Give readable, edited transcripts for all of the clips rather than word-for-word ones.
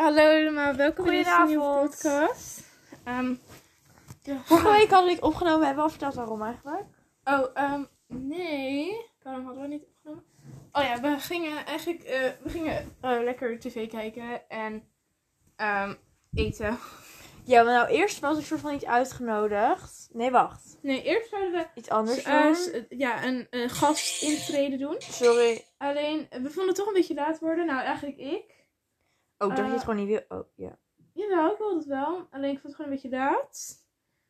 Hallo allemaal, welkom bij deze nieuwe podcast. Vorige week hadden we niet opgenomen, hebben we al verteld waarom eigenlijk? Nee. Waarom hadden we niet opgenomen? Oh ja, we gingen lekker tv kijken en eten. Ja, maar nou eerst was ik soort van niet uitgenodigd. Nee, wacht. Nee, eerst zouden we Iets anders doen. een gast intreden doen. Sorry. Alleen, we vonden het toch een beetje laat worden. Nou, eigenlijk ik. Ook dat je het gewoon niet wil. Oh, ja. Jawel, ik wilde het wel. Alleen ik vond het gewoon een beetje laat.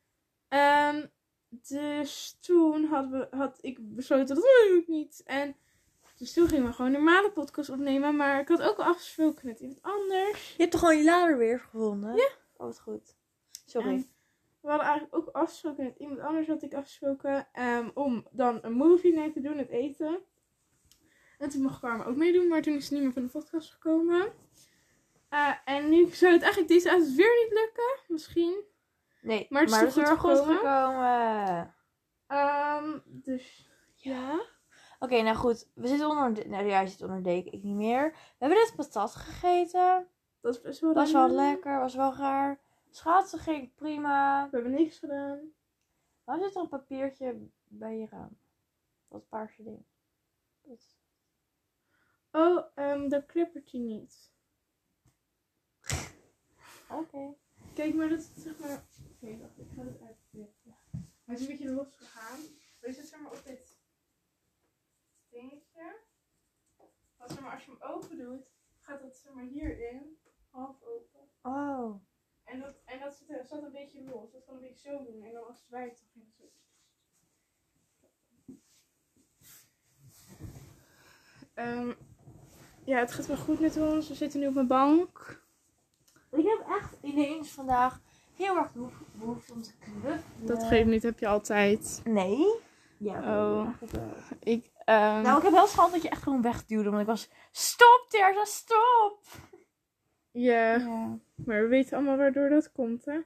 Dus toen had ik besloten, dat wil ik niet. En dus toen gingen we gewoon een normale podcast opnemen. Maar ik had ook al afgesproken met iemand anders. Je hebt toch gewoon je lader weer gevonden? Ja. Oh, wat goed. Sorry. En we hadden eigenlijk ook afgesproken met iemand anders, had ik afgesproken. Om dan een movie night te doen, het eten. En toen mocht Karma ook meedoen, maar toen is het niet meer van de podcast gekomen. En nu zou het eigenlijk deze avond weer niet lukken, misschien. Nee, maar het is toch goed gekomen. Dus ja. Oké, nou goed. We zitten onder nou, jij zit onder deken, ik niet meer. We hebben net patat gegeten. Dat is best wel Was wel lekker, was wel raar. Schaatsen ging prima. We hebben niks gedaan. Waarom zit er een papiertje bij je raam? Dat paarse ding. Dat clippertje niet. Oké. Kijk, maar dat is zeg maar... Oké, wacht, ik ga het uitknippen. Hij is een beetje los gegaan. Weet je, zeg maar op dit dingetje. Want zeg maar, als je hem open doet, gaat dat zeg maar hierin. Half open. Oh. En dat zat een beetje los. Dat kan een beetje zo doen. En dan als het wijd, dan ging het zo. Ja, het gaat wel goed met ons. We zitten nu op mijn bank. Ik heb echt ineens vandaag heel erg behoefte om te knuffelen. Dat geeft niet, heb je altijd. Nee. Ja. Oh. Nou, ik heb wel gehad dat je echt gewoon wegduwde. Want ik was, stop Terza, stop! Ja, maar we weten allemaal waardoor dat komt, hè?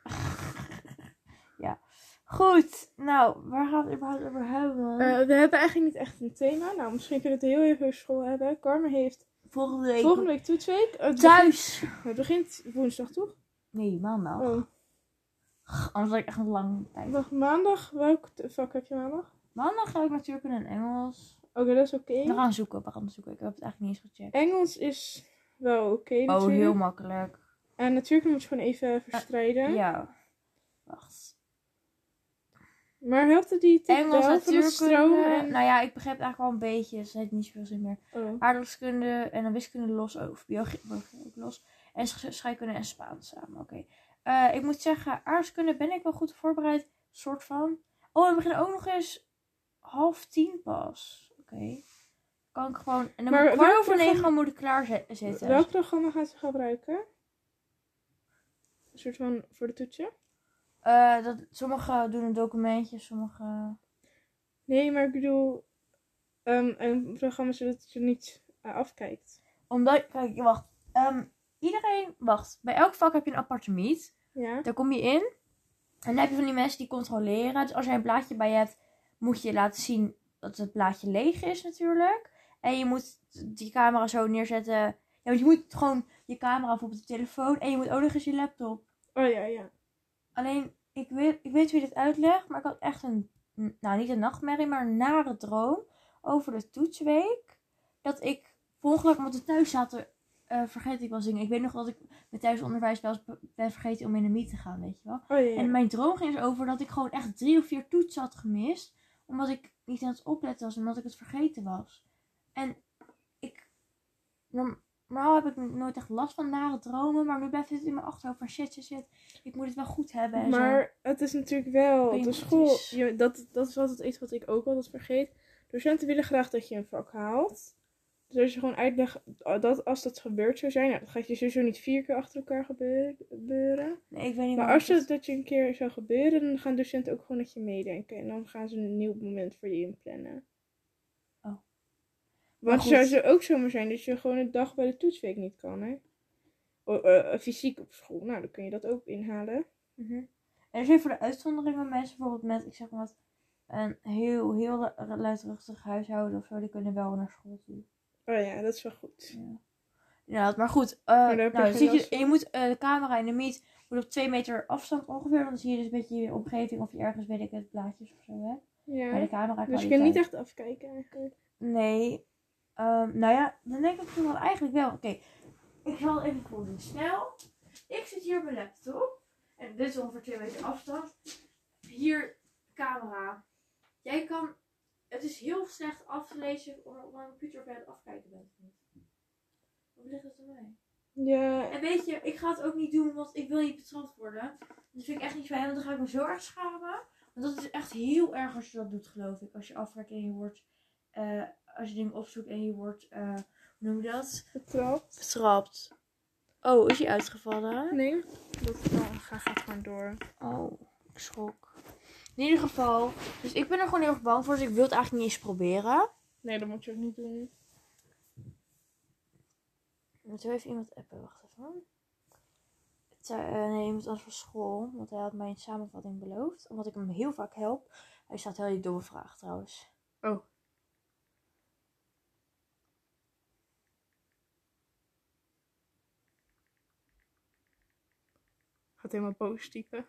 Ja. Goed. Nou, waar gaan we het überhaupt over hebben? We hebben eigenlijk niet echt een thema. Nou, misschien kunnen we het heel even over school hebben. Carmen heeft volgende week toetsweek. Thuis. Het begint woensdag, toch? Nee, maandag. Oh. Anders had ik echt een lange tijd. Wacht, maandag? Welk vak heb je maandag? Maandag heb ik natuurkunde en Engels. Oké, dat is oké. We gaan zoeken. Ik heb het eigenlijk niet eens gecheckt. Engels is wel oké natuurlijk. Oh, heel makkelijk. En natuurkunde moet je gewoon even verstrijden. Ja. Wacht. Maar helpt het die tip Engels, wel van het stroom? Nou ja, ik begrijp het eigenlijk wel een beetje. Dus het heeft niet zoveel zin meer. Oh. Aardrijkskunde en dan wiskunde los over. Biologie ook los. En scheikunde en Spaans samen. Oké. Ik moet zeggen, aardrijkskunde ben ik wel goed voorbereid. Soort van. Oh, we beginnen ook nog eens 9:30 pas. Oké. Kan ik gewoon... En dan moet ik 8:45 moet ik klaar zitten. Welk programma gaat ze gebruiken? Een soort van voor de toetje? Sommigen doen een documentje, sommigen... Nee, maar ik bedoel... een programma zodat je niet afkijkt. Omdat... Kijk, wacht. Iedereen... Wacht. Bij elk vak heb je een aparte meet. Ja. Daar kom je in. En dan heb je van die mensen die controleren. Dus als jij een blaadje bij je hebt, moet je laten zien dat het blaadje leeg is natuurlijk. En je moet die camera zo neerzetten. Ja, want je moet gewoon je camera op de telefoon. En je moet ook nog eens je laptop. Oh ja. Alleen, ik weet wie dit uitlegt. Maar ik had echt nou niet een nachtmerrie, maar een nare droom over de toetsweek. Dat ik per ongeluk, omdat we thuis zaten, vergeten ik wel zingen. Ik weet nog dat ik met thuisonderwijs wel eens ben vergeten om in de meet te gaan, weet je wel. Oh, ja. En mijn droom ging dus over dat ik gewoon echt 3 of 4 toetsen had gemist. Omdat ik niet aan het opletten was, omdat ik het vergeten was. En normaal heb ik nooit echt last van nare dromen. Maar nu blijft het in mijn achterhoofd van shit. Ik moet het wel goed hebben en maar zo. het is natuurlijk wel de school. Dat is altijd iets wat ik ook altijd vergeet. Docenten willen graag dat je een vak haalt. Dus als je gewoon uitlegt dat als dat gebeurd zou zijn, nou, dat gaat je sowieso niet 4 keer achter elkaar gebeuren. Nee, ik weet niet. Maar als dat je een keer zou gebeuren, dan gaan docenten ook gewoon met je meedenken. En dan gaan ze een nieuw moment voor je inplannen. Oh. Want het zou ook zomaar zijn dat je gewoon een dag bij de toetsweek niet kan, hè? Fysiek op school, nou dan kun je dat ook inhalen. En er zijn voor de uitzonderingen mensen bijvoorbeeld met, ik zeg maar wat, een heel luidruchtig huishouden of zo, die kunnen wel naar school toe. Oh ja, dat is wel goed. Ja. inderdaad. Maar goed, daar heb je nou, geen zie je, last van. je moet de camera en de Meet moet op 2 meter afstand ongeveer. Dan zie je dus een beetje je omgeving of je ergens, weet ik het, blaadjes of zo hebt. Maar de Ja. camera Dus je kunt niet echt afkijken eigenlijk. Nee. Nou ja, dan denk ik toen wel eigenlijk wel. Oké, ik zal even doen. Snel. Ik zit hier op mijn laptop. En dit is ongeveer 2 meter afstand. Hier, camera. Jij kan... Het is heel slecht af te lezen op mijn computer of je aan het afkijken bent. Of ligt het aan mij? Ja. En weet je, ik ga het ook niet doen, want ik wil niet betrapt worden. Dat vind ik echt niet fijn, want dan ga ik me zo erg schamen. Want dat is echt heel erg als je dat doet, geloof ik. Als je afraakt en je wordt... als je dingen opzoekt en je wordt... hoe noem je dat? Betrapt. Oh, is hij uitgevallen? Nee. Gaat gewoon door. Oh, ik schrok. In ieder geval. Dus ik ben er gewoon heel erg bang voor. Dus ik wil het eigenlijk niet eens proberen. Nee, dat moet je ook niet doen. Moet er even iemand appen? Wacht even. Nee, iemand anders van school. Want hij had mij een samenvatting beloofd. Omdat ik hem heel vaak help. Hij staat heel die domme vraag trouwens. Oh. Gaat helemaal boos typen.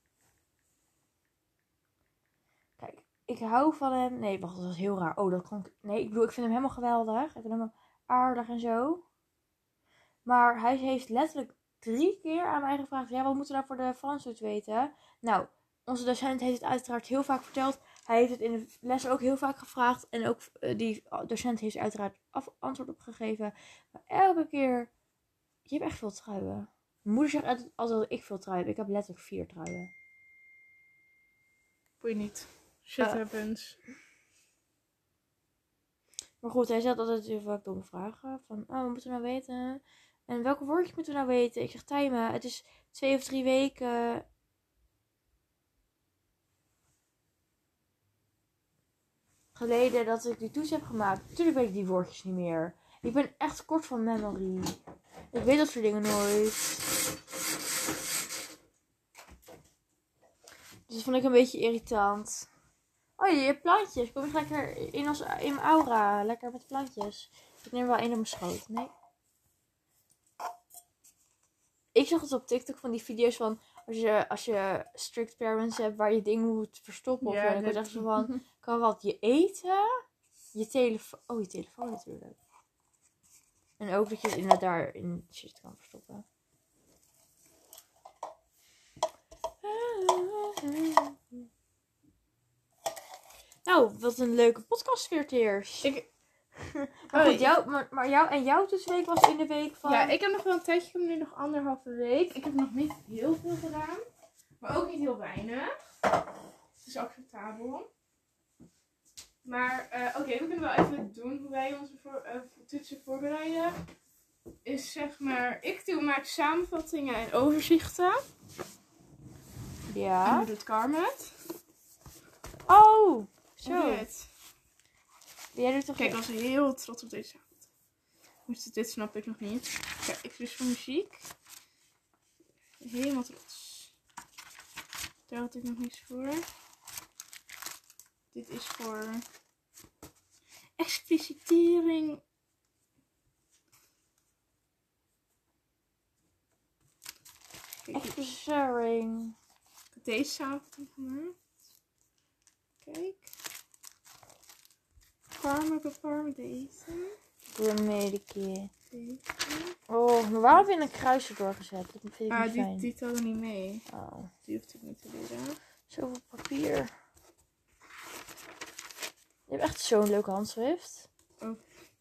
Kijk, ik hou van hem. Nee, wacht, dat was heel raar. Oh, dat kan ik... Nee, ik bedoel, ik vind hem helemaal geweldig. Ik vind hem aardig en zo. Maar hij heeft letterlijk 3 keer aan mij gevraagd. Ja, wat moeten we nou voor de Franstoets weten? Nou, onze docent heeft het uiteraard heel vaak verteld. Hij heeft het in de les ook heel vaak gevraagd. En ook die docent heeft er uiteraard antwoord op gegeven. Maar elke keer... Je hebt echt veel truien. Mijn moeder zegt altijd dat ik veel truien heb. Ik heb letterlijk 4 truien. Boeit niet. Shit happens. Maar goed, hij stelt altijd heel vaak domme vragen. Van, oh, wat moeten we nou weten? En welke woordjes moeten we nou weten? Ik zeg, Tijmen, het is 2 of 3 weken geleden dat ik die toets heb gemaakt. Natuurlijk weet ik die woordjes niet meer. Ik ben echt kort van memory. Ik weet dat soort dingen nooit. Dus dat vond ik een beetje irritant. Oh, je hebt plantjes. Kom eens lekker in mijn aura. Lekker met plantjes. Ik neem wel één op mijn schoot. Nee. Ik zag het op TikTok van die video's van... Als je strict parents hebt waar je dingen moet verstoppen. Ja, of zo. Dan ik echt zo van... Kan wat je eten? Je telefoon... Oh, je telefoon natuurlijk. En ook dat je het inderdaad daarin shit kan verstoppen. Nou, wat een leuke podcast veerteers. Maar goed, jouw tussenweek was in de week van... Ja, ik heb nog wel een tijdje, ik heb nu nog 1,5 week. Ik heb nog niet heel veel gedaan. Maar ook niet heel weinig. Het is acceptabel. Maar oké, we kunnen wel even doen hoe wij onze toetsen voorbereiden. Is zeg maar, ik maak samenvattingen en overzichten. Ja. En hoe doet Carmet? Oh, Zo. zo. Jij doet toch... Kijk, ik was heel trots op deze avond. Dit snap ik nog niet. Kijk, ik dus voor muziek. Helemaal trots. Daar had ik nog niets voor. Dit is voor explicitering. Expressering. Ik heb deze samenvatting gemaakt. Kijk. Parma deze. Grammatici. Deze. Oh, maar waarom heb je een kruis erdoor gezet? Dat vind ik niet fijn. Die telde niet mee. Oh. Die hoeft ik niet te leren. Zoveel papier. Je hebt echt zo'n leuke handschrift. Oh.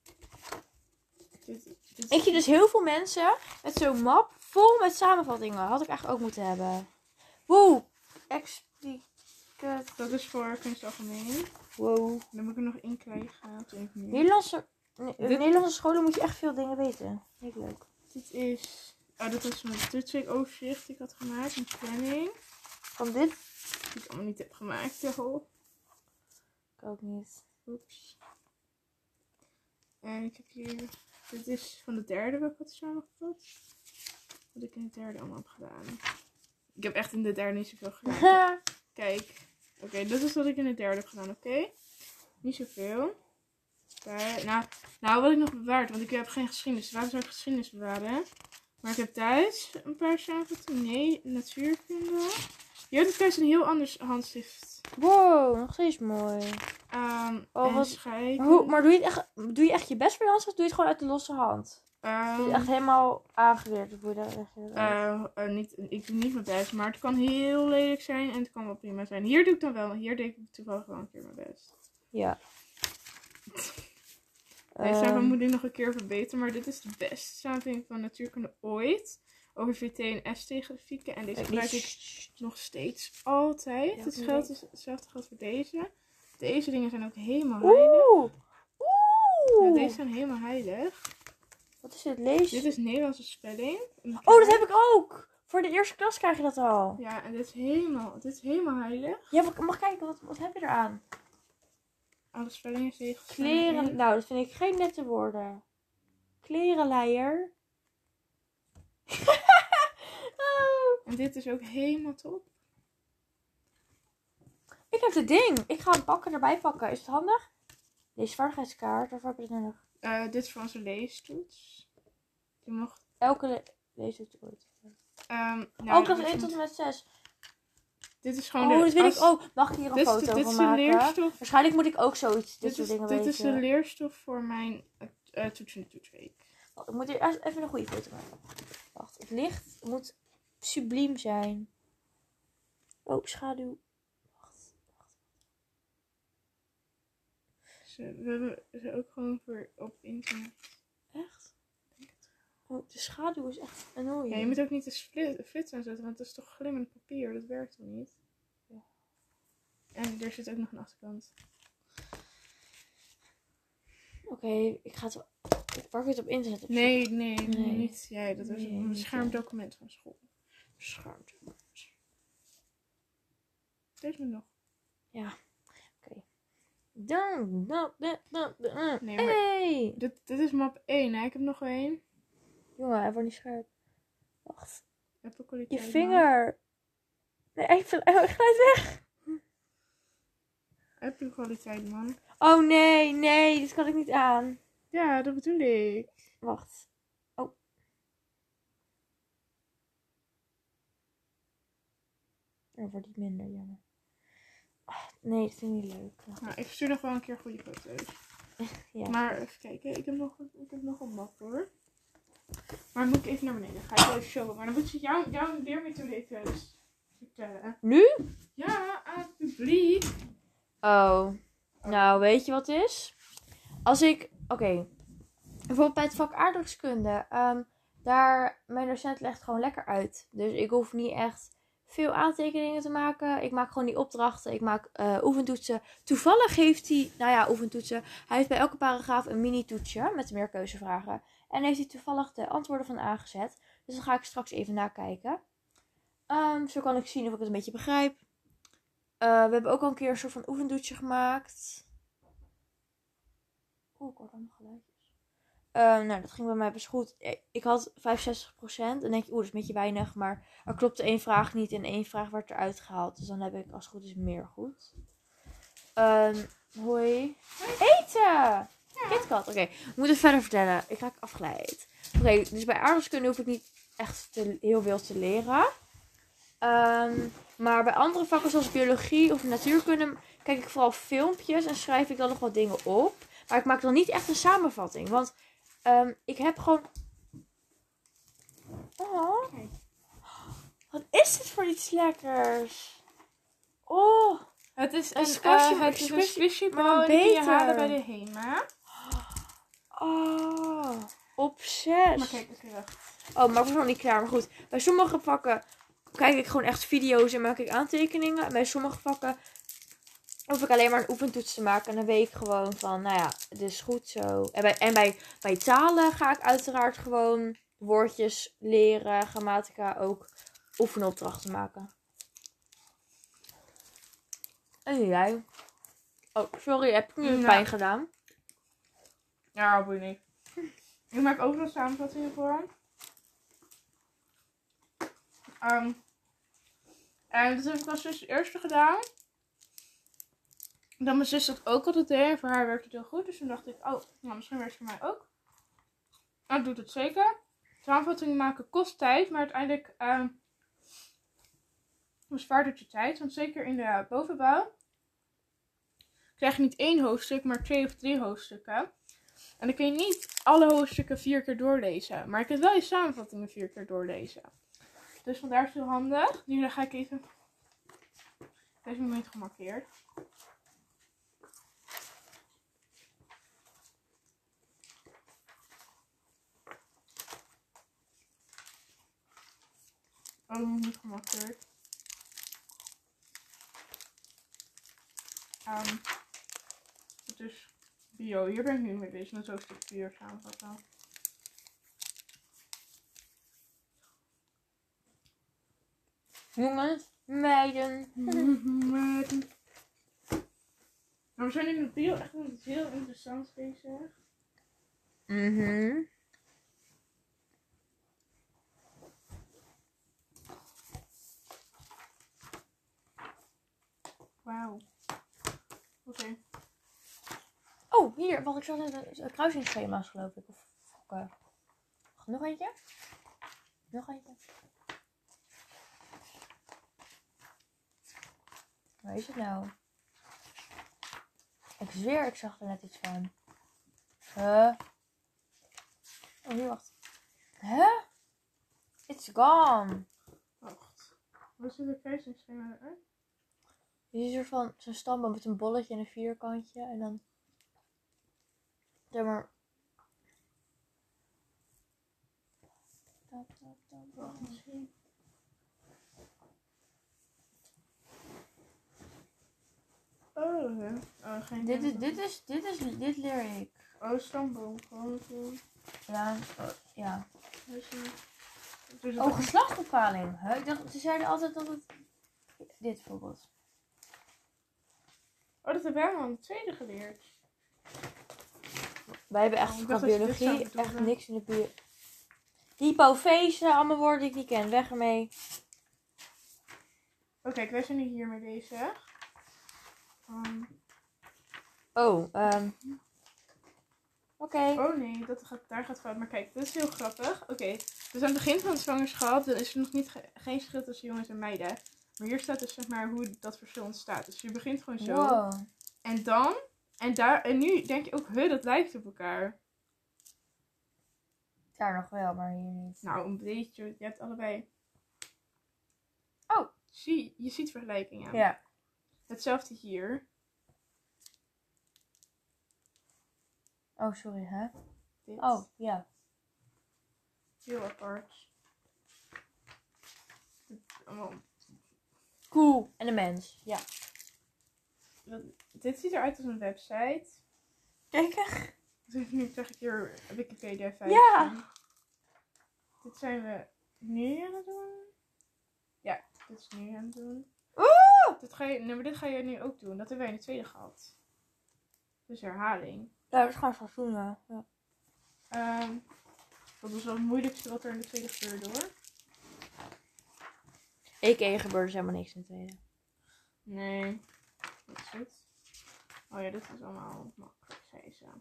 Ik zie dus heel veel mensen met zo'n map vol met samenvattingen. Had ik eigenlijk ook moeten hebben. Wow. Dat is voor kunst algemeen. Wow. Dan moet ik er nog in krijgen. Op een manier. Nederlandse scholen moet je echt veel dingen weten. Heel leuk. Dit is... Oh, dat was mijn toetsweek overzicht die ik had gemaakt. Een planning. Van dit? Die ik allemaal niet heb gemaakt. Ik ook niet. Oeps. En ik heb hier... Dit is van de derde wat ik had samengevat. Wat ik in de derde allemaal heb gedaan. Ik heb echt in de derde niet zoveel gedaan. Kijk. Oké, dat is wat ik in de derde heb gedaan, oké? Niet zoveel. Nou, wat ik nog bewaard, want ik heb geen geschiedenis. Waarom zou ik geschiedenis bewaren? Maar ik heb thuis een paar samenvattingen. Nee, natuurkunde. Je hebt thuis een heel anders handschrift. Wow, nog steeds mooi. En wat... scheikunde. Maar doe je echt je best voor je handschrift? Doe je het gewoon uit de losse hand? Doe je het echt helemaal aangeleerd? Of Ik doe niet mijn best, maar het kan heel lelijk zijn en het kan wel prima zijn. Hier doe ik dan wel. Hier deed ik toevallig wel een keer mijn best. Ja. Deze moet ik nog een keer verbeteren, maar dit is de beste samenvatting van natuurkunde ooit. Over VT en ST-grafieken. En deze gebruik ik nog steeds altijd. Ja, Hetzelfde geldt voor deze. Deze dingen zijn ook helemaal heilig. Ja, deze zijn helemaal heilig. Wat is dit? Lees? Dit is Nederlandse spelling. Oh, dat heb ik ook! Voor de eerste klas krijg je dat al. Ja, en dit is helemaal heilig. Ja, mag kijken, wat heb je eraan? Alle spellingen, zegels. Kleren, nou dat vind ik geen nette woorden. Klerenleier. Oh. En dit is ook helemaal top. Ik heb het ding. Ik ga hem erbij pakken. Is het handig? Deze vaardigheidskaart, waarvoor heb je het nodig? Dit is voor onze leestoets. Je mag... Elke leestoets ooit. Nou, klas 1 tot en met 6. Dit is gewoon dit wil ik ook. Mag ik hier een foto van maken? Leerstof. Waarschijnlijk moet ik ook zoiets, dit soort dingen weten. Dit is de leerstof voor mijn toetsende toetsweek. Ik moet hier even een goede foto maken. Wacht, het licht moet subliem zijn. Oh, schaduw. Wacht. We hebben ze ook gewoon voor op internet. Echt? Oh, de schaduw is echt enorm. Ja, je moet ook niet de flits aanzetten, want het is toch glimmend papier. Dat werkt toch niet? Ja. En er zit ook nog een achterkant. Oké, ik pak het op internet op. Nee, niet jij. Dat is een beschermd document van school. Beschermd document. Deze moet nog. Ja, oké. Dan. Nee, maar hey! Dit is map 1, hè? Ik heb nog één. Jongen, hij wordt niet scherp. Wacht. Je vinger. Nee, hij glijdt weg. Apple-kwaliteit, man. Oh nee, dit kan ik niet aan. Ja, dat bedoel ik. Wacht. Oh. Er wordt niet minder, jammer. Nee, dat vind ik niet leuk. Nou, ik stuur nog wel een keer goede foto's. Ja. Maar even kijken, ik heb nog een map hoor. Maar moet ik even naar beneden? Ga ik wel even showen. Maar dan moet je jouw leermethode even vertellen. Nu? Ja, aan het publiek. Oh. Nou, weet je wat het is? Als ik... Oké. Bijvoorbeeld bij het vak aardrijkskunde. Mijn docent legt gewoon lekker uit. Dus ik hoef niet echt veel aantekeningen te maken. Ik maak gewoon die opdrachten. Ik maak oefentoetsen. Toevallig heeft hij... oefentoetsen. Hij heeft bij elke paragraaf een mini-toetsje met meerkeuzevragen. En heeft hij toevallig de antwoorden van aangezet. Dus dan ga ik straks even nakijken. Zo kan ik zien of ik het een beetje begrijp. We hebben ook al een keer een soort van oefentoetsje gemaakt. Ik hoor dan nog geluidjes. Dat ging bij mij best goed. Ik had 65%. Dan denk je, dat is een beetje weinig. Maar er klopte 1 vraag niet en 1 vraag werd eruit gehaald. Dus dan heb ik als het goed is meer goed. Hoi. Eten! KitKat, oké. We moeten verder vertellen. Ik raak afgeleid. Oké, dus bij aardrijkskunde hoef ik niet echt heel veel te leren. Maar bij andere vakken zoals biologie of natuurkunde kijk ik vooral filmpjes en schrijf ik dan nog wat dingen op. Maar ik maak dan niet echt een samenvatting. Want ik heb gewoon... Oh. Wat is dit voor iets lekkers? Oh. Het is een squishy bal die kun je halen bij de HEMA. Oh. Op 6. Maar kijk, oké, Oh, maar ik was nog niet klaar. Maar goed, bij sommige vakken kijk ik gewoon echt video's en maak ik aantekeningen. En bij sommige vakken hoef ik alleen maar een oefentoets te maken. En dan weet ik gewoon van, nou ja, het is goed zo. En bij talen ga ik uiteraard gewoon woordjes leren. Grammatica ook oefenopdrachten maken. En jij? Oh, sorry, heb ik nu pijn gedaan? Ja, boeit niet. Ik maak ook nog samenvattingen voor. En dat heb ik als eerste gedaan. dat mijn zus dat ook altijd deed. En voor haar werkt het heel goed. Dus toen dacht ik, oh, nou, misschien werkt het voor mij ook. En dat doet het zeker. Samenvattingen maken kost tijd. Maar uiteindelijk bespaart het je tijd. Want zeker in de bovenbouw krijg je niet 1 hoofdstuk, maar 2 of 3 hoofdstukken. En dan kun je niet alle hoofdstukken 4 keer doorlezen. Maar je kunt wel je samenvattingen 4 keer doorlezen. Dus vandaar is het heel handig. Nu ga ik even... Deze moment gemarkeerd. Oh, niet gemarkeerd. Het is bio. Hier ben ik nu mee bezig. Met zo'n stuk bio samenvatten. Jongens, meiden. Maar we zijn in de bio echt met iets heel interessants bezig. Wauw. Oké. Oh, hier, wat ik zag net, kruisingsschema's geloof ik. Of nog eentje? Nog eentje. Waar is het nou? Ik zweer, ik zag er net iets van. Oh, hier, wacht. It's gone. Wacht. Wat zit de kruisingsschema eruit? Dit is een soort van zo'n stamboom met een bolletje en een vierkantje. En dan... Zeg maar... Wacht, misschien. Oh, ja. Oh, geen Dit leer ik. Oh, stamboom. Gewoon zo. Ja, ja. Dus Oh, geslachtsbepaling. Ik dacht, ze zeiden altijd dat het... Dit bijvoorbeeld. Oh, dat hebben wij al in de tweede geleerd. Wij hebben echt ik qua dacht dat je dit zou biologie echt bedoelen. niks in de buurt. Hypofyse, allemaal woorden die ik niet ken. Weg ermee. Oh, kijk, wij zijn nu hiermee bezig. Oké. Oh nee, daar gaat fout. Maar kijk, dit is heel grappig. Oké, dus aan het begin van de zwangerschap, dan is er nog niet geen verschil tussen jongens en meiden. Maar hier staat dus zeg maar hoe dat verschil ontstaat. Dus je begint gewoon zo. Wow. En dan, en nu denk je ook, dat lijkt op elkaar. Daar nog wel, maar hier niet. Nou, een beetje. Je hebt allebei. Oh. Zie, je ziet vergelijkingen. Ja. Hetzelfde hier. Oh, sorry, hè? Dit. Oh, ja. Heel apart. Allemaal. Cool. En de mens. Ja. Dit ziet eruit als een website. Kijk. Nu krijg ik hier Wikipedia 5. Ja. Dit zijn we nu aan het doen. Ja, dit is nu aan het doen. Dit ga je nu ook doen. Dat hebben wij in de tweede gehad. Dus herhaling. Ja, dat is gewoon fatsoen, ja. Dat was wel het moeilijkste wat er in de tweede gebeurde hoor. EK gebeurde dus helemaal niks in de tweede. Nee. Wat is dit? Oh ja, dit is allemaal makkelijk, zei ze.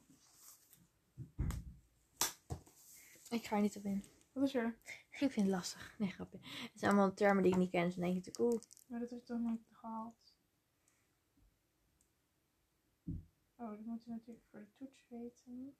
Ik ga er niet op in. Wat is er? Ik vind het lastig. Nee, grapje. Het zijn allemaal termen die ik niet ken. Dus dan denk je, cool. Maar dat heb ik toch nooit gehaald. Oh, dat moeten we natuurlijk voor de toets weten.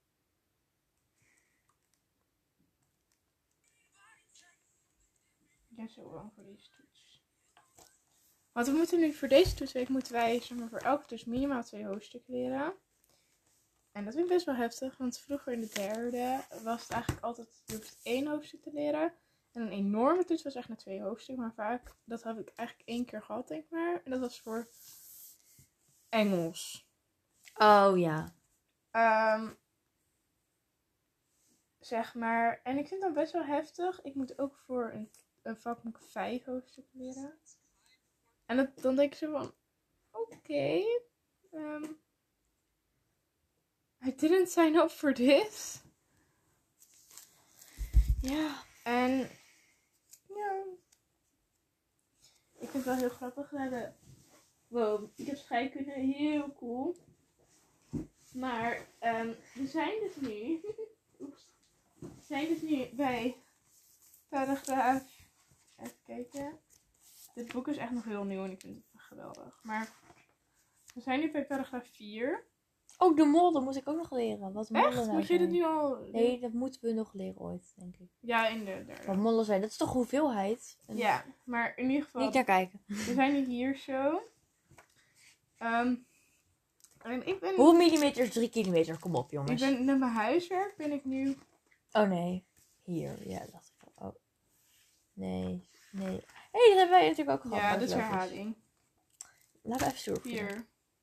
Ik ben zo bang voor deze toets. Want we moeten nu voor deze toetsweek moeten wij zeg maar, voor elke toets minimaal 2 hoofdstukken leren. En dat vind ik best wel heftig, want vroeger in de derde was het eigenlijk altijd, je hoeft 1 hoofdstuk te leren. En een enorme toets was echt naar 2 hoofdstukken, maar vaak, dat heb ik eigenlijk 1 keer gehad, denk ik maar. En dat was voor Engels. Oh, ja. Zeg maar, en ik vind dat best wel heftig. Ik moet ook voor een vak moet ik 5 hoofdstukken leren. En dan denk ik zo van, oké. I didn't sign up for this. Ja. En ja, ik vind het wel heel grappig. We hebben Wow, ik heb scheikunde, heel cool. Maar we zijn dus nu... Oeps. We zijn dus nu bij paragraaf... Even kijken. Dit boek is echt nog heel nieuw en ik vind het echt geweldig. Maar we zijn nu bij paragraaf 4. Oh, de mol, dat moet ik ook nog leren. Wat mollen Echt? nou Moet je zijn. dit nu al... Nee, dat moeten we nog leren ooit, denk ik. Ja, in de derde. Wat mollen zijn, dat is toch hoeveelheid? En Ja, maar in ieder geval... niet naar kijken. We zijn nu hier zo. En ik ben... Hoeveel millimeter is 3 kilometer? Kom op, Ik jongens. ben naar mijn huiswerk ben ik nu... Oh nee, hier. Ja, dat dacht ik al. Oh. Nee. Hé, dat hebben wij natuurlijk ook gehad. Ja, maar dat is logisch. herhaling. Laten we even zoeken. 4.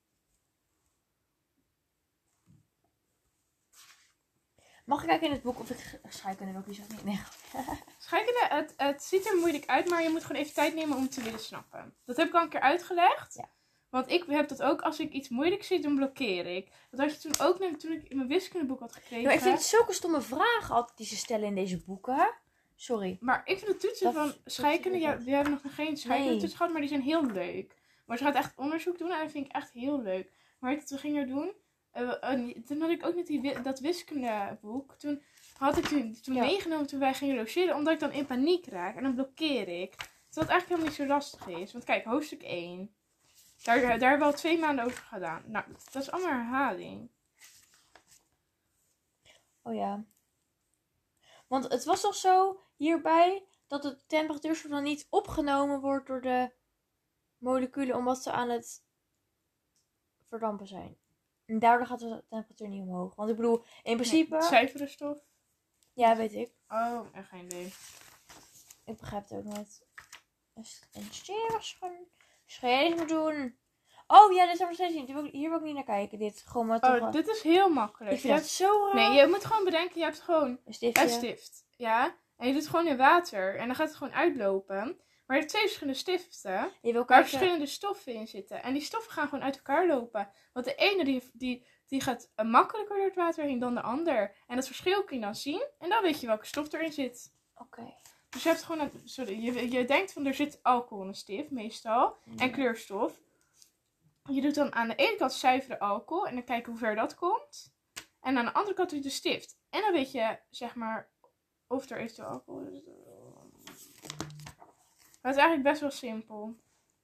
Mag ik kijken in het boek of ik scheikunde wil kiezen of niet? Nee. Scheikunde, het ziet er moeilijk uit, maar je moet gewoon even tijd nemen om het te willen snappen. Dat heb ik al een keer uitgelegd. Ja. Want ik heb dat ook, als ik iets moeilijk zie, dan blokkeer ik. Dat had je toen ook, toen ik in mijn wiskundeboek had gekregen. Ja, maar ik vind het zulke stomme vragen altijd die ze stellen in deze boeken. Sorry. Maar ik vind de toetsen van scheikunde, ja, we hebben nog geen scheikunde toetsen gehad, maar die zijn heel leuk. Maar ze gaat echt onderzoek doen en dat vind ik echt heel leuk. Maar weet je wat we gingen doen? Toen had ik ook net dat wiskundeboek. Toen had ik toen meegenomen toen wij gingen logeren, omdat ik dan in paniek raak en dan blokkeer ik. Terwijl het eigenlijk helemaal niet zo lastig is. Want kijk, hoofdstuk 1. Daar hebben we al 2 maanden over gedaan. Nou, dat is allemaal herhaling. Oh ja. Want het was toch zo hierbij dat de temperatuur dan niet opgenomen wordt door de moleculen omdat ze aan het verdampen zijn. En daardoor gaat de temperatuur niet omhoog. Want ik bedoel, in principe... Nee, zuivere stof. Ja, weet ik. Oh, echt geen idee. Ik begrijp het ook nooit. En Ga jij dit maar doen? Oh ja, dit is nog steeds niet. Hier wil ik niet naar kijken. Dit gewoon maar toch... Dit is heel makkelijk. Ik vind het zo raar. Nee, je moet gewoon bedenken, je hebt gewoon Een stiftje. een stift. Ja. En je doet het gewoon in water. En dan gaat het gewoon uitlopen. Maar je hebt 2 verschillende stiften. Je wil Waar kijken... verschillende stoffen in zitten. En die stoffen gaan gewoon uit elkaar lopen. Want de ene die gaat makkelijker door het water heen dan de ander. En dat verschil kun je dan zien. En dan weet je welke stof erin zit. Oké. Dus je hebt gewoon je denkt van er zit alcohol in een stift meestal. En kleurstof. Je doet dan aan de ene kant zuivere alcohol. En dan kijken hoe ver dat komt. En aan de andere kant doe je de stift. En dan weet je zeg maar of er eventueel alcohol is. Maar het is eigenlijk best wel simpel.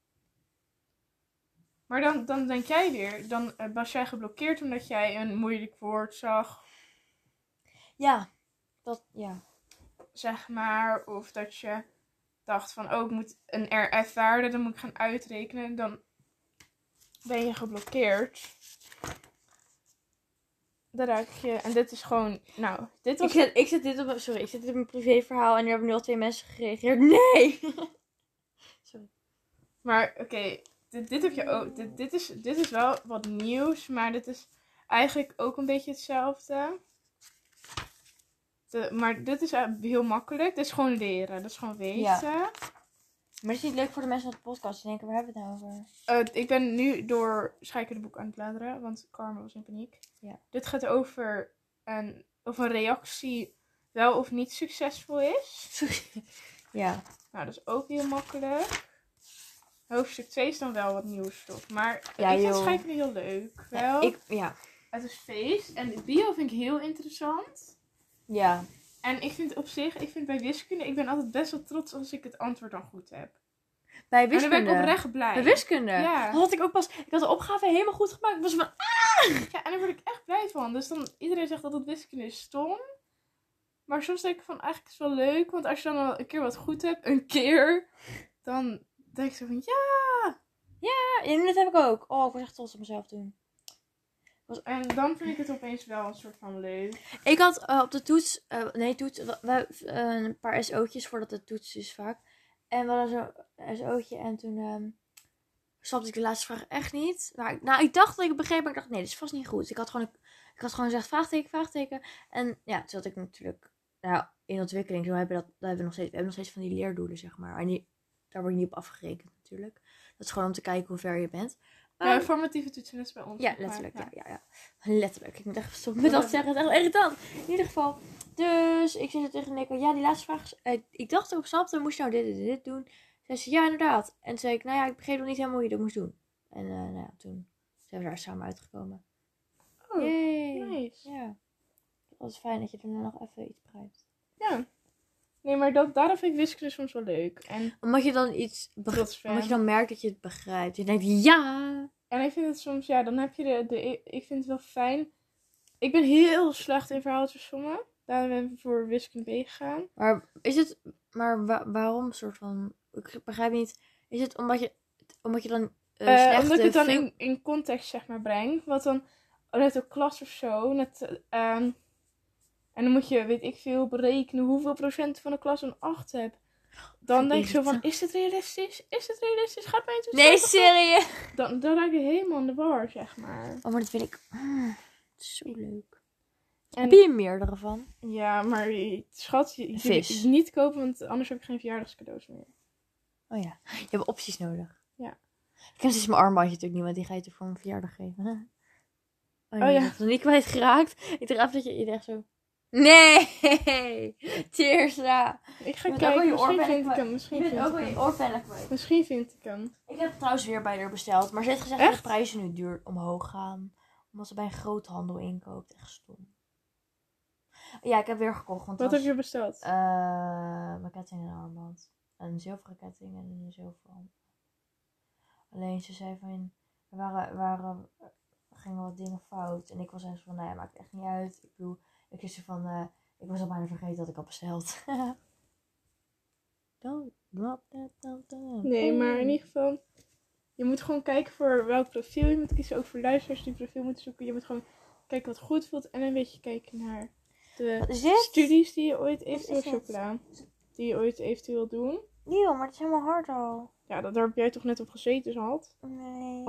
Maar dan denk jij weer, dan was jij geblokkeerd omdat jij een moeilijk woord zag. Ja. Ja. Zeg maar. Of dat je dacht van, oh ik moet een RF-waarde, dan moet ik gaan uitrekenen. Dan ben je geblokkeerd. Dan raak je, en dit is gewoon, nou, dit was... Ik zet dit op mijn privéverhaal en er hebben nu al 2 mensen gereageerd. Nee! Sorry. Maar oké, dit heb je ook, dit is wel wat nieuws, maar dit is eigenlijk ook een beetje hetzelfde. Maar dit is heel makkelijk, dit is gewoon leren, dat is gewoon weten. Ja. Maar het is niet leuk voor de mensen op de podcast. Die denken, waar hebben we het nou over? Ik ben nu door Scheikundeboek aan het bladeren, want Karma was in paniek. Ja. Dit gaat over of een reactie wel of niet succesvol is. Ja. Nou, dat is ook heel makkelijk. Hoofdstuk 2 is dan wel wat nieuwsstof. Maar Ja, ik vind joh. scheikunde heel leuk. Wel. Ja. Het is feest. En bio vind ik heel interessant. Ja. En ik vind op zich, bij wiskunde, ik ben altijd best wel trots als ik het antwoord dan goed heb. Bij En wiskunde. dan ben ik oprecht blij. Bij wiskunde? Ja. Dat had ik ook pas. Ik had de opgave helemaal goed gemaakt. Ik was van... Ja, en daar word ik echt blij van. Dus dan, iedereen zegt dat het wiskunde is stom. Maar soms denk ik van, eigenlijk is het wel leuk. Want als je dan al een keer wat goed hebt, dan denk ik zo van, ja. Ja, en dat heb ik ook. Oh, ik was echt trots op mezelf toen. En dan vind ik het opeens wel een soort van leuk. Ik had op de toets... een paar SO'tjes voordat de toets is vaak. En we hadden zo'n SO'tje en toen... snapte ik de laatste vraag echt niet. Maar ik dacht dat ik het begreep, maar ik dacht, nee, dit is vast niet goed. Ik had gewoon gezegd, vraagteken. En ja, toen zat ik natuurlijk in ontwikkeling. Zo hebben we nog steeds van die leerdoelen, zeg maar. En daar word je niet op afgerekend natuurlijk. Dat is gewoon om te kijken hoe ver je bent. Ja, formatieve toetsen is bij ons. Ja, letterlijk. Ja. Letterlijk. Ik moet echt stoppen met dat te zeggen. Het is echt irritant. In ieder geval. Dus ik zei tegen Nico, ja, die laatste vraag. Ik dacht dat ik snapte, moest je nou dit doen? Zei ze, ja, inderdaad. En toen zei ik, nou ja, ik begreep nog niet helemaal hoe je dat moest doen. En nou ja, toen zijn we daar samen uitgekomen. Oh, Yay. nice. Ja. Dat was fijn dat je er nog even iets begrijpt. Ja. Nee, maar daarom vind ik wiskunde soms wel leuk. En Omdat je dan iets omdat je dan merkt dat je het begrijpt. Je denkt, ja. En ik vind het soms, ja, dan heb je ik vind het wel fijn. Ik ben heel slecht in verhaaltjes sommen. Daarom ben ik voor wiskunde B gegaan. Waarom soort van, ik begrijp niet. Is het omdat je dan slechte omdat ik het dan in context, zeg maar, breng. Wat dan, net een klas of zo. En dan moet je, weet ik veel, berekenen hoeveel procent van de klas een 8 hebt. Dan denk ik zo van, is het realistisch? Is het realistisch? Gaat mij het Nee, serieus. Dan raak je helemaal in de war, zeg maar. Oh, maar dat wil ik. Het is zo leuk. En, heb je er meerdere van? Ja, maar schat, je Vis. niet kopen, want anders heb ik geen verjaardagscadeaus meer. Oh ja, je hebt opties nodig. Ja. Ik heb dus mijn armbandje natuurlijk niet, want die ga je toch voor mijn verjaardag geven. Oh ja. Ik heb het nog niet kwijtgeraakt. Ik dacht dat je echt zo... Nee! Teersa! Ik ga kijken, misschien vind ik hem. Misschien vind ik hem. Ik heb het trouwens weer bij haar besteld. Maar ze heeft gezegd dat de prijzen nu duur omhoog gaan. Omdat ze bij een groothandel inkoopt. Echt stom. Ja, ik heb weer gekocht. Want wat heb je besteld? Mijn ketting en een armband. Een zilveren ketting en een zilveren armband. Alleen ze zei van... Er gingen wat dingen fout. En ik was echt van... Nou ja, maakt echt niet uit. Ik bedoel... Ik is van... ik was al bijna vergeten dat ik had besteld. Nee, maar in ieder geval... Je moet gewoon kijken voor welk profiel je moet kiezen. Ook voor luisteraars die profiel moeten zoeken. Je moet gewoon kijken wat goed voelt. En een beetje kijken naar de studies die je ooit eventueel wil doen. Nee, maar het is helemaal hard al. Ja, daar heb jij toch net op gezeten, Zalt? Nee.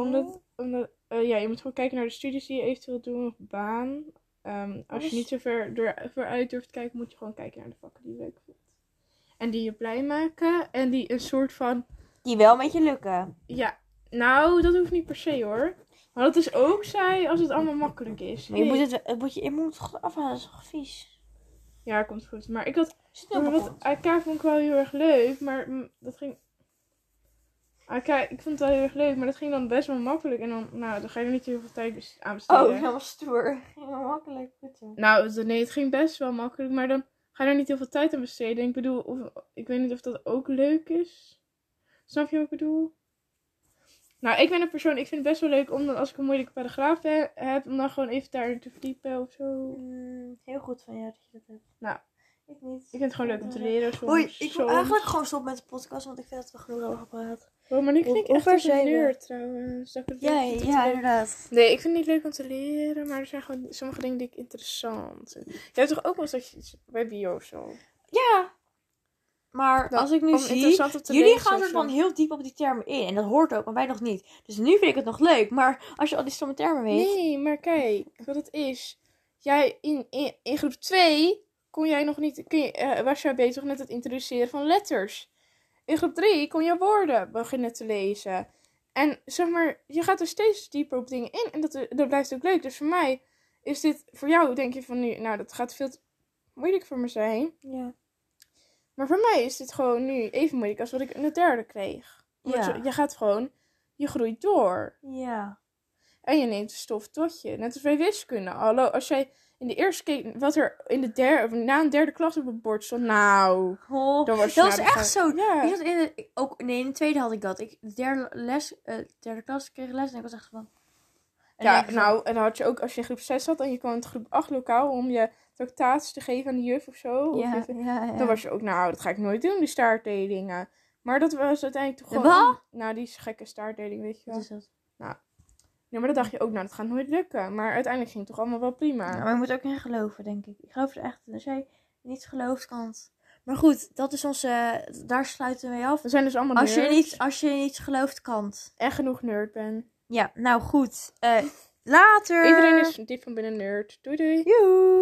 Je moet gewoon kijken naar de studies die je eventueel wil doen. Of baan. Als je niet zo ver vooruit durft te kijken, moet je gewoon kijken naar de vakken die je leuk vindt. En die je blij maken. En die een soort van... Die wel met je lukken. Ja, nou, dat hoeft niet per se hoor. Maar dat is ook saai als het allemaal makkelijk is. Maar je moet het goed afhalen, dat is toch vies? Ja, komt goed. Maar ik had... AK vond ik wel heel erg leuk, maar dat ging... AK, ik vond het wel heel erg leuk, maar dat ging dan best wel makkelijk. En dan ga je er niet heel veel tijd aan besteden. Oh, helemaal stoer. Ging wel makkelijk. Goed zo. Nou, nee, het ging best wel makkelijk, maar dan ga je er niet heel veel tijd aan besteden. Ik bedoel, ik weet niet of dat ook leuk is. Snap je wat ik bedoel? Nou, ik ben een persoon, ik vind het best wel leuk om dan, als ik een moeilijke paragraaf heb, om dan gewoon even daar te verdiepen of zo. Heel goed van jou dat je dat hebt. Nou, ik niet. Ik vind het gewoon leuk om te leren soms. Hoi, ik wil eigenlijk gewoon stoppen met de podcast, want ik vind dat we genoeg over gepraat. Oh, maar nu vind ik echt als een nerd trouwens. Ja, inderdaad. Nee, ik vind het niet leuk om te leren, maar er zijn gewoon sommige dingen die ik interessant vind. Je hebt toch ook wel eens dat je iets bij bio of zo? Ja. Maar als ik nu zie, jullie gaan er dan heel diep op die termen in. En dat hoort ook, maar wij nog niet. Dus nu vind ik het nog leuk. Maar als je al die stomme termen weet... Nee, maar kijk, wat het is. Jij in groep 2 kon jij nog niet... was jij bezig met het introduceren van letters. In groep 3 kon je woorden beginnen te lezen. En zeg maar, je gaat er steeds dieper op dingen in. En dat blijft ook leuk. Dus voor mij is dit... Voor jou denk je van nu... Nou, dat gaat veel te moeilijk voor me zijn. Ja. Maar voor mij is dit gewoon nu even moeilijk als wat ik in de 3e kreeg. Ja. Je gaat gewoon... Je groeit door. Ja. En je neemt de stof tot je. Net als bij wiskunde. Hallo, als jij in de eerste keer... Wat er in de na een 3e klas op het bord stond. Nou... Dan was dat was echt zo. Ja. In de 2e had ik dat. De 3e klas kreeg les en ik was echt van... En dan had je ook, als je in groep 6 zat en je kwam in groep 8 lokaal om je tractaties te geven aan de juf of zo. Ja. Dan was je ook, nou, dat ga ik nooit doen, die staartdelingen. Maar dat was uiteindelijk toch gewoon... Nou, die gekke staartdeling, weet je wel. Wat is dat? Nou, ja, maar dan dacht je ook, nou, dat gaat nooit lukken. Maar uiteindelijk ging het toch allemaal wel prima. Nou, maar je moet ook in geloven, denk ik. Ik geloof er echt in. Als jij niet gelooft, kan het. Maar goed, dat is onze... Daar sluiten we mee af. We zijn dus allemaal nerds. Als je niet gelooft, kan het. En genoeg nerd bent. Ja, nou goed. Later. Iedereen is diep van binnen nerd. Doei doei. Joe.